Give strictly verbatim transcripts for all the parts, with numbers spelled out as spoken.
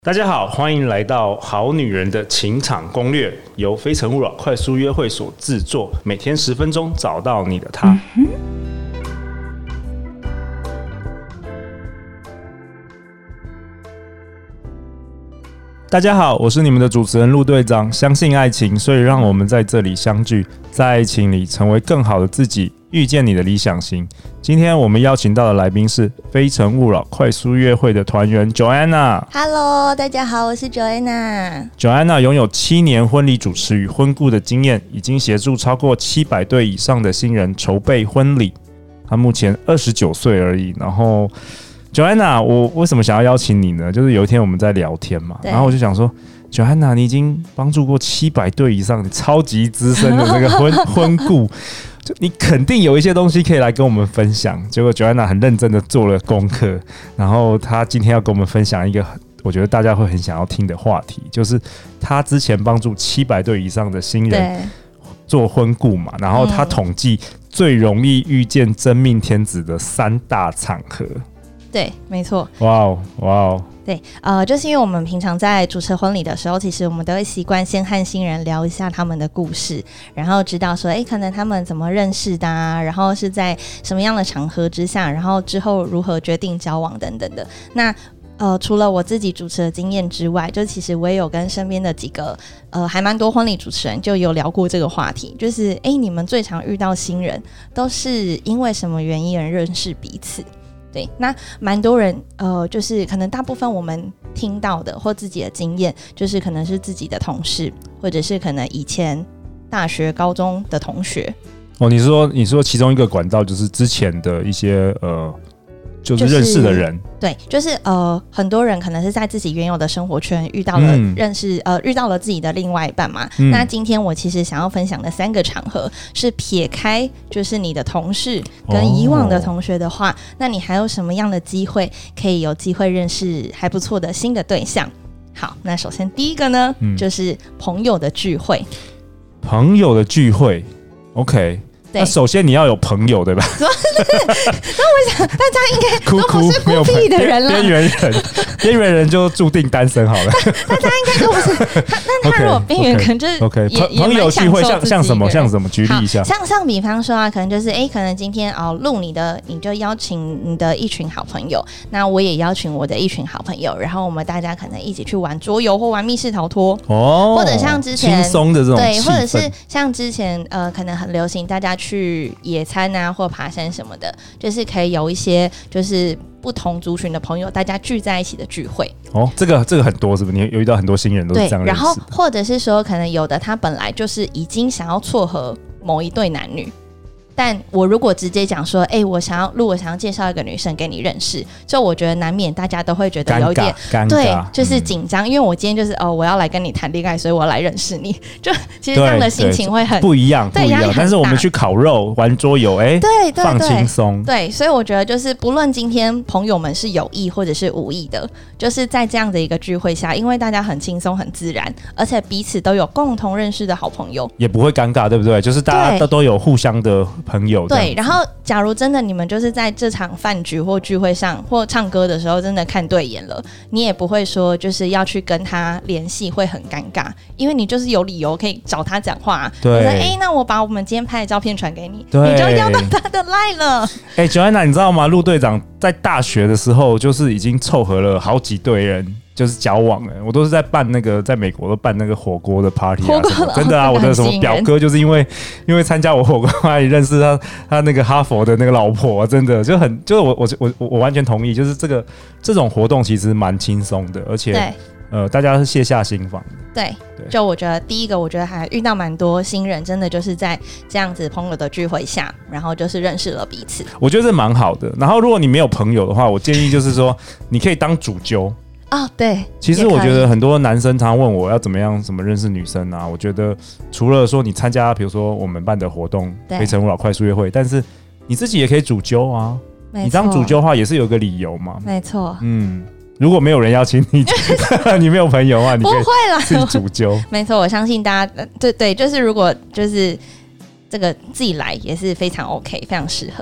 大家好，欢迎来到好女人的情场攻略，由非诚勿扰快速约会所制作，每天十分钟，找到你的他。嗯、大家好，我是你们的主持人陆队长。相信爱情，所以让我们在这里相聚，在爱情里成为更好的自己，遇见你的理想型。今天我们邀请到的来宾是非诚勿扰快速约会的团员 Joanna。Hello， 大家好，我是 Joanna。Joanna 拥有七年婚礼主持与婚顾的经验，已经协助超过七百对以上的新人筹备婚礼。她目前二十九岁而已。然后 Joanna， 我为什么想要邀请你呢？就是有一天我们在聊天嘛，然后我就想说。Joanna， 你已经帮助过七百对以上，你超级资深的那个婚婚顾，就你肯定有一些东西可以来跟我们分享。结果 Joanna 很认真的做了功课，然后她今天要跟我们分享一个我觉得大家会很想要听的话题，就是她之前帮助七百对以上的新人做婚顾嘛，然后她统计最容易遇见真命天子的三大场合。 对，没错。 哇哦，哇哦。 对，呃，就是因为我们平常在主持婚礼的时候，其实我们都会习惯先和新人聊一下他们的故事，然后知道说，哎，可能他们怎么认识的啊，然后是在什么样的场合之下，然后之后如何决定交往等等的。那呃，除了我自己主持的经验之外，就其实我也有跟身边的几个呃还蛮多婚礼主持人就有聊过这个话题，就是哎，你们最常遇到新人都是因为什么原因而认识彼此？对，那蛮多人，呃，就是可能大部分我们听到的或自己的经验，就是可能是自己的同事，或者是可能以前大学、高中的同学。哦， 你说，你说其中一个管道就是之前的一些呃。就是认识的人， 就是、对，就是呃，很多人可能是在自己原有的生活圈遇到了认识，嗯、呃，遇到了自己的另外一半嘛。嗯、那今天我其实想要分享的三个场合，是撇开就是你的同事跟以往的同学的话，哦、那你还有什么样的机会可以有机会认识还不错的新的对象？好，那首先第一个呢，嗯、就是朋友的聚会。 朋友的聚会 ，OK。那首先你要有朋友，对吧？ 那我想大家应该都不是孤僻的人了， 边缘人，边缘人就注定单身好了。 大家应该都不是。那他如果边缘，可能就是 OK。朋友聚会像像什么？像什么？举例一下。 像像比方说啊，可能就是哎，可能今天哦录你的，你就邀请你的一群好朋友，那我也邀请我的一群好朋友，然后我们大家可能一起去玩桌游或玩密室逃脱哦，或者像之前轻松的这种对，或者是像之前呃可能很流行大家去野餐啊，或爬山什么的，就是可以有一些就是不同族群的朋友，大家聚在一起的聚会。 哦，这个这个很多是不是？你有遇到很多新人都是这样认识的。 然后或者是说，可能有的他本来就是已经想要撮合某一对男女。但我如果直接讲说，哎、欸，我想要，如果想要介绍一个女生给你认识，就我觉得难免大家都会觉得有一点对，就是紧张、嗯，因为我今天就是哦，我要来跟你谈恋爱，所以我要来认识你，就其实这样的心情会很不一样，不一样。但是我们去烤肉、玩桌游，哎、欸， 对，对， 放轻松， 对，所以我觉得就是不论今天朋友们是有意或者是无意的，就是在这样的一个聚会下，因为大家很轻松、很自然，而且彼此都有共同认识的好朋友， 也不会尴尬，对不对？就是大家都有互相的朋友， 对。然后，假如真的你们就是在这场饭局或聚会上或唱歌的时候，真的看对眼了，你也不会说就是要去跟他联系，会很尴尬，因为你就是有理由可以找他讲话、啊。对，我说哎、欸，那我把我们今天拍的照片传给你，你就要到他的 line 了。 哎、欸、，Joanna， 你知道吗？陆队长在大学的时候，就是已经凑合了好几对人。就是交往了，我都是在办那个，在美国都办那个火锅的 party 啊，真的啊，我的什么表哥就是因为因为参加我火锅 party 认识他，他那个哈佛的那个老婆、啊，真的就很就是我我我我完全同意，就是这个这种活动其实蛮轻松的，而且呃大家是卸下心防的。 对，对，就我觉得第一个，我觉得还遇到蛮多新人，真的就是在这样子朋友的聚会下，然后就是认识了彼此。 我觉得这蛮好的。然后如果你没有朋友的话，我建议就是说你可以当主揪。 哦，对， 其实我觉得很多男生常常问我要怎么样怎么认识女生啊。我觉得除了说你参加，比如说我们办的活动，非诚勿扰快速约会，但是你自己也可以主揪啊。你当主揪的话，也是有个理由嘛。 没错， 嗯，如果没有人邀请你，你没有朋友的话，你可以自己主揪。 没错，我相信大家，对对，就是如果就是这个自己来也是非常 OK， 非常适合的。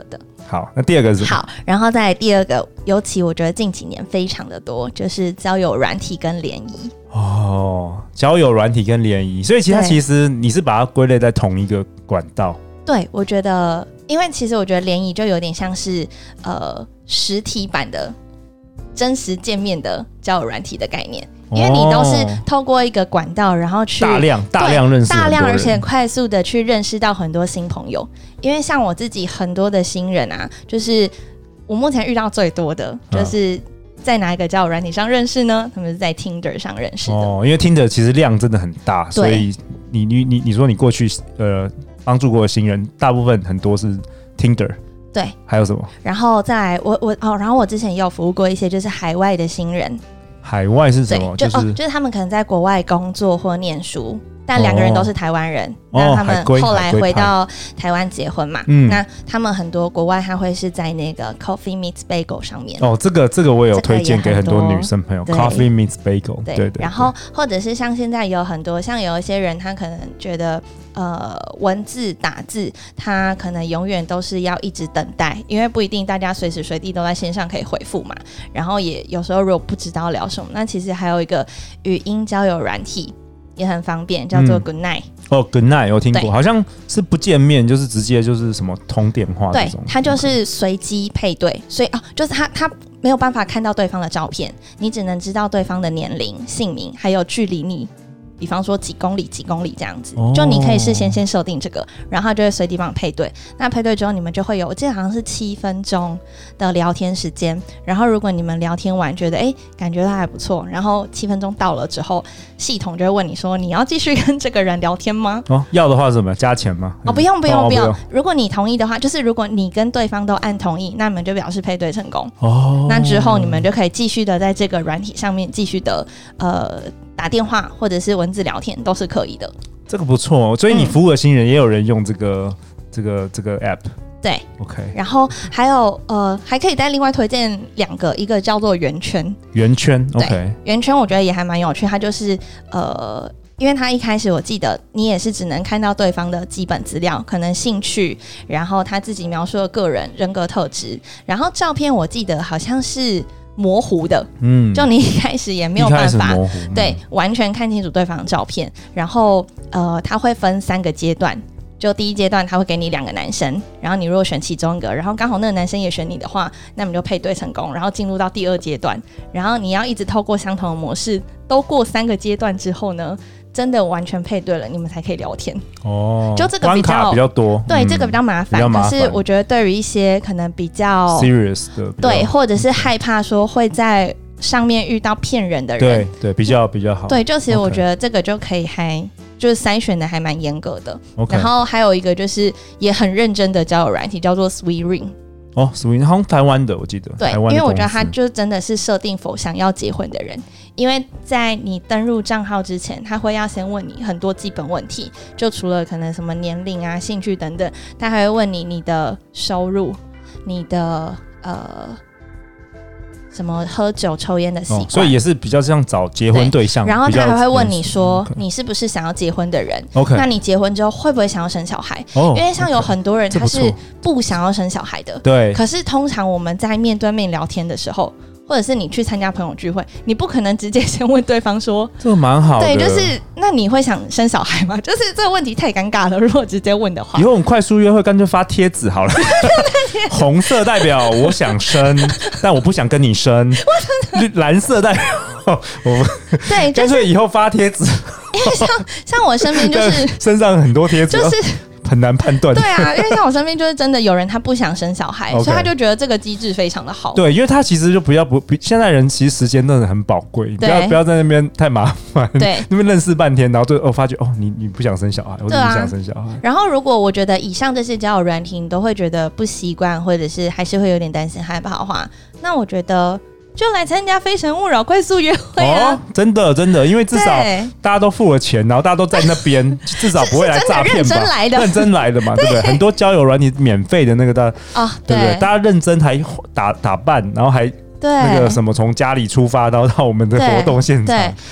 好，那第二个是什么？ 好，然后再来第二个，尤其我觉得近几年非常的多，就是交友软体跟联谊。 哦，交友软体跟联谊，所以其实它其实你是把它归类在同一个管道。 对，我觉得，因为其实我觉得联谊就有点像是呃实体版的真实见面的交友软体的概念。因为你都是透过一个管道，然后去大量大量认识大量而且快速的去认识到很多新朋友。因为像我自己很多的新人啊，就是我目前遇到最多的就是在哪一个交友软体上认识呢？他们是在 Tinder 上认识的。哦， 因为 Tinder 其实量真的很大，所以你你你你说你过去呃帮助过的新人，大部分很多是 Tinder。 对， 还有什么？ 然后再来我我哦，然后我之前也有服务过一些就是海外的新人。 海外是什么？ 就、 就是、 哦、就是他们可能在国外工作或念书，但两个人都是台湾人。 哦、 那他们后来回到台湾结婚嘛？嗯，那他们很多国外他会是在那个 Coffee Meets Bagel 上面。 哦，这个这个我也有推荐给很多女生朋友、這個、，Coffee Meets Bagel 对。 对对。 然后或者是像现在有很多，像有一些人他可能觉得呃文字打字他可能永远都是要一直等待，因为不一定大家随时随地都在线上可以回复嘛。然后也有时候如果不知道聊什么，那其实还有一个语音交友软体。也很方便，叫做 Good Night、 嗯。哦 ，Good Night 有听过，好像是不见面，就是直接就是什么通电话这种。 对，它就是随机配对，所以哦，就是他他没有办法看到对方的照片，你只能知道对方的年龄、姓名，还有距离你。比方说几公里几公里这样子、哦、就你可以事先先设定这个，然后它就会随地帮你配对。那配对之后你们就会有，我记得好像是七分钟的聊天时间，然后如果你们聊天完觉得哎感觉他还不错，然后七分钟到了之后系统就会问你说你要继续跟这个人聊天吗？ 哦，要的话是什么？加钱吗？ 哦，不用不用、哦、不用，如果你同意的话，就是如果你跟对方都按同意，那你们就表示配对成功。哦，那之后你们就可以继续的在这个软体上面继续的呃打电话或者是文字聊天都是可以的。 这个不错、哦，所以你服务的新人也有人用这个、嗯、这个这个 app。 对 ，OK。 然后还有呃，还可以再另外推荐两个，一个叫做圆圈。 圆圈 ，OK。 圆圈我觉得也还蛮有趣，它就是呃。因为他一开始我记得你也是只能看到对方的基本资料，可能兴趣，然后他自己描述的个人人格特质，然后照片我记得好像是模糊的，嗯，就你一开始也没有办法、嗯、对完全看清楚对方的照片。然后呃，他会分三个阶段，就第一阶段他会给你两个男生，然后你如果选其中一个，然后刚好那个男生也选你的话，那你就配对成功，然后进入到第二阶段，然后你要一直透过相同的模式，都过三个阶段之后呢，真的完全配对了，你们才可以聊天。哦，就这个比较关卡比较多， 对、嗯，这个比较麻烦。 可是我觉得对于一些可能比较 serious 的， 对，或者是害怕说会在上面遇到骗人的人， 对对，比较比较好。 对，就其实我觉得这个就可以还就是筛选的还蛮严格的。Okay. 然后还有一个就是也很认真的交友软体，叫做 Sweet Ring。哦 ，Sweet 好像台湾的，我记得。 对，因为我觉得它就真的是设定否想要结婚的人，因为在你登入账号之前，他会要先问你很多基本问题，就除了可能什么年龄啊、兴趣等等，他还会问你你的收入、你的呃。什么喝酒抽烟的习惯、哦， 所以也是比较像找结婚对象。 然后他还会问你说，你是不是想要结婚的人 ？OK， 那你结婚之后会不会想要生小孩？哦、因为像有很多人他是不想要生小孩的， 对。 可是通常我们在面对面聊天的时候，或者是你去参加朋友聚会，你不可能直接先问对方说， 这个蛮好的。 对，就是那你会想生小孩吗？就是这个问题太尴尬了，如果直接问的话。 以后我们快速约会干脆发贴纸好了。红色代表我想生，但我不想跟你生。蓝色代表我们对， 干脆以后发贴纸。 因为像像我身边就是身上很多贴纸，就是。很难判断。 对啊，因为像我身边就是真的有人他不想生小孩， okay. 所以他就觉得这个机制非常的好。 对，因为他其实就不要不，现在人其实时间真的很宝贵，不要不要在那边太麻烦。对，那边认识半天，然后就哦发觉哦你你不想生小孩，我就不想生小孩。 然后如果我觉得以上这些交友软体你都会觉得不习惯，或者是还是会有点担心害怕的话，那我觉得。就来参加《非诚勿扰》快速约会啊！哦、 真的真的，因为至少大家都付了钱，然后大家都在那边，至少不会来诈骗吧？ 认真来的， 认真来的嘛，对不对？很多交友软体免费的那个，大家、哦、对不对？大家认真还打打扮，然后还那个什么，从家里出发到到我们的活动现场。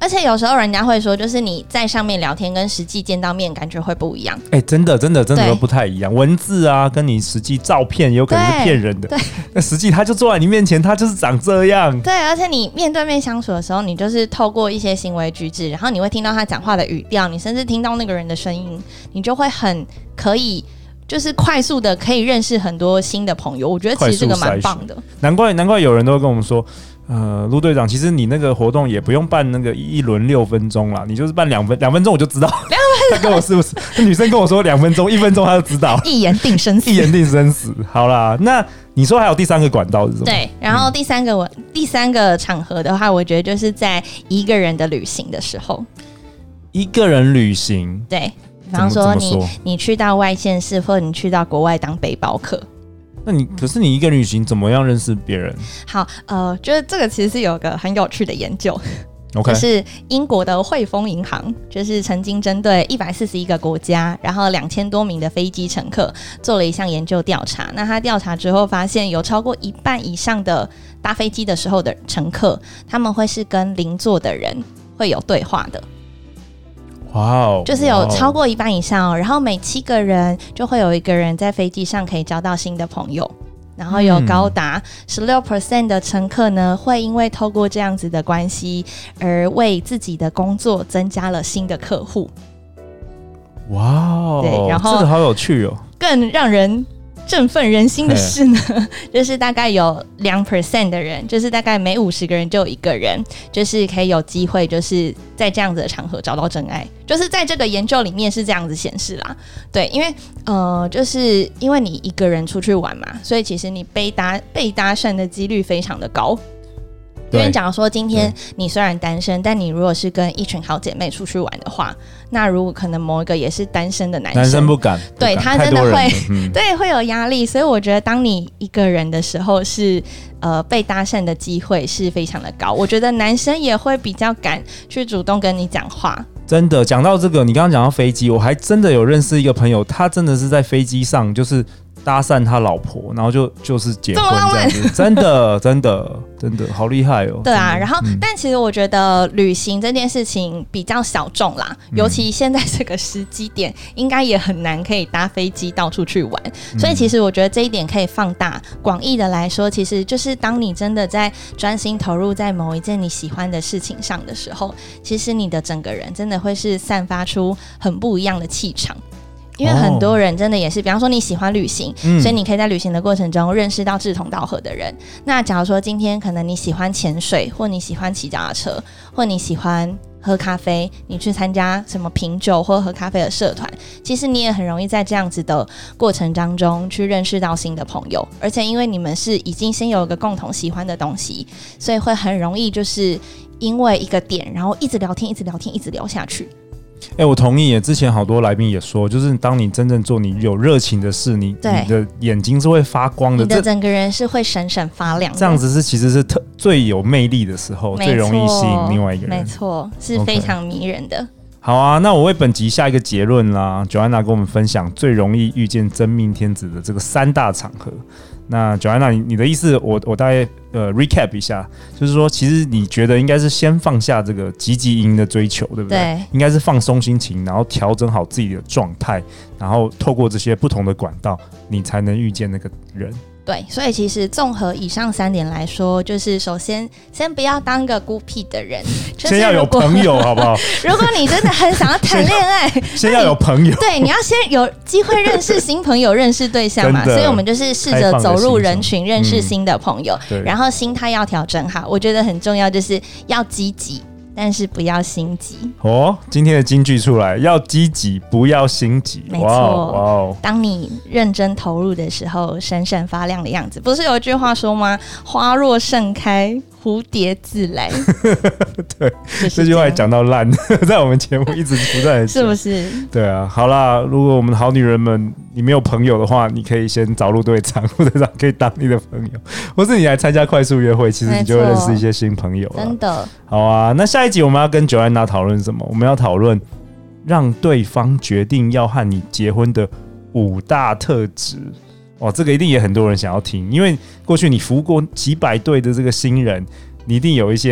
而且有时候人家会说，就是你在上面聊天跟实际见到面感觉会不一样。 哎、欸，真的真的真的都不太一样，文字啊跟你实际照片有可能是骗人的，那实际他就坐在你面前，他就是长这样。 对，而且你面对面相处的时候，你就是透过一些行为举止，然后你会听到他讲话的语调，你甚至听到那个人的声音，你就会很可以。就是快速的可以认识很多新的朋友，我觉得其实这个蛮棒的。 难怪难怪有人都会跟我们说，呃，陆队长，其实你那个活动也不用办那个一轮六分钟啦，你就是办两分两分钟我就知道。他跟我是不是？女生跟我说两分钟，一分钟他就知道， 一言定生死， 一言定生死。好啦，那你说还有第三个管道是什么？ 对，然后第三个我、嗯、第三个场合的话，我觉得就是在一个人的旅行的时候， 一个人旅行， 对。比方说你你去到外县市，或者你去到国外当背包客， 那你可是你一个人旅行怎么样认识别人？ 好，呃，就是这个其实是有个很有趣的研究。 Okay. 就是英国的汇丰银行，就是曾经针对一百四十一个国家，然后两千多名的飞机乘客做了一项研究调查。那他调查之后发现，有超过一半以上的搭飞机的时候的乘客，他们会是跟邻座的人会有对话的。 哇哦， 就是有超过一半以上哦，然后每七个人就会有一个人在飞机上可以交到新的朋友，然后有高达 百分之十六 的乘客呢，会因为透过这样子的关系而为自己的工作增加了新的客户。 哇哦， 对，然后这个好有趣哦。 更让人振奋人心的是呢，就是大概有 百分之二 的人，就是大概每五十个人就有一个人，就是可以有机会，就是在这样子的场合找到真爱。就是在这个研究里面是这样子显示啦。对，因为呃，就是因为你一个人出去玩嘛，所以其实你被搭被搭讪的几率非常的高。因为假如说今天你虽然单身，但你如果是跟一群好姐妹出去玩的话，那如果可能某一个也是单身的男生， 男生不敢， 对他真的会、嗯、对会有压力。所以我觉得当你一个人的时候是呃被搭讪的机会是非常的高，我觉得男生也会比较敢去主动跟你讲话。 真的讲到这个，你刚刚讲到飞机，我还真的有认识一个朋友，他真的是在飞机上就是搭讪他老婆，然后就就是结婚这样子，真的真的真的好厉害哦。 对啊，然后、嗯、但其实我觉得旅行这件事情比较小众啦，嗯、尤其现在这个时机点，应该也很难可以搭飞机到处去玩，嗯、所以其实我觉得这一点可以放大广义的来说，其实就是当你真的在专心投入在某一件你喜欢的事情上的时候，其实你的整个人真的会是散发出很不一样的气场。因为很多人真的也是，比方说你喜欢旅行、嗯、所以你可以在旅行的过程中认识到志同道合的人。那假如说今天可能你喜欢潜水，或你喜欢骑脚踏车，或你喜欢喝咖啡，你去参加什么品酒或喝咖啡的社团，其实你也很容易在这样子的过程当中去认识到新的朋友。而且因为你们是已经先有一个共同喜欢的东西，所以会很容易就是因为一个点，然后一直聊天一直聊天一直聊下去。 哎、欸，我同意耶。之前好多来宾也说，就是当你真正做你有热情的事，你你的眼睛是会发光的， 你的整个人是会闪闪发亮的。 这样子是其实是特最有魅力的时候，最容易吸引另外一个人。 没错，是非常迷人的。Okay. 好啊，那我为本集下一个结论啦。Joanna 跟我们分享最容易遇见真命天子的这个三大场合。那 Joanna， 你, 你的意思我，我大概呃 recap 一下，就是说，其实你觉得应该是先放下这个积极营的追求，对不对？ 对， 应该是放松心情，然后调整好自己的状态，然后透过这些不同的管道，你才能遇见那个人。 对，所以其实综合以上三点来说，就是首先先不要当个孤僻的人，就是、 先要有朋友，好不好？ 如果你真的很想要谈恋爱， 先要有朋友。 对，你要先有机会认识新朋友、认识对象嘛。所以我们就是试着走入人群，认识新的朋友，嗯、然后心态要调整好。我觉得很重要，就是要积极。但是不要心急哦！今天的金句出来，要积极，不要心急。 没错，哇哦！当你认真投入的时候，闪闪发亮的样子，不是有一句话说吗？花若盛开，蝴蝶自来。 对，这句话也讲到烂，在我们节目一直不断的， 是不是？ 对啊，好啦，如果我们好女人们，你没有朋友的话，你可以先找陆队长，陆队长可以当你的朋友，或是你来参加快速约会，其实你就会认识一些新朋友。 真的。 好啊，那下一集我们要跟 Joanna 讨论什么？我们要讨论让对方决定要和你结婚的五大特质。哇，这个一定也很多人想要听，因为过去你服务过几百对的这个新人，你一定有一些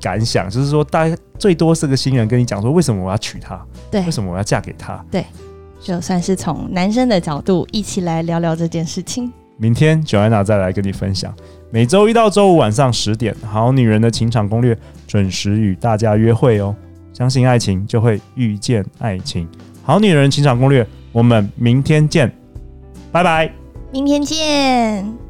感想，就是说大概最多是个新人跟你讲说为什么我要娶她， 对， 为什么我要嫁给他， 对，就算是从男生的角度一起来聊聊这件事情。 明天 Joanna 再来跟你分享，每周一到周五晚上十点，好女人的情场攻略准时与大家约会哦。相信爱情，就会遇见爱情。好女人情场攻略，我们明天见，拜拜， 明天见。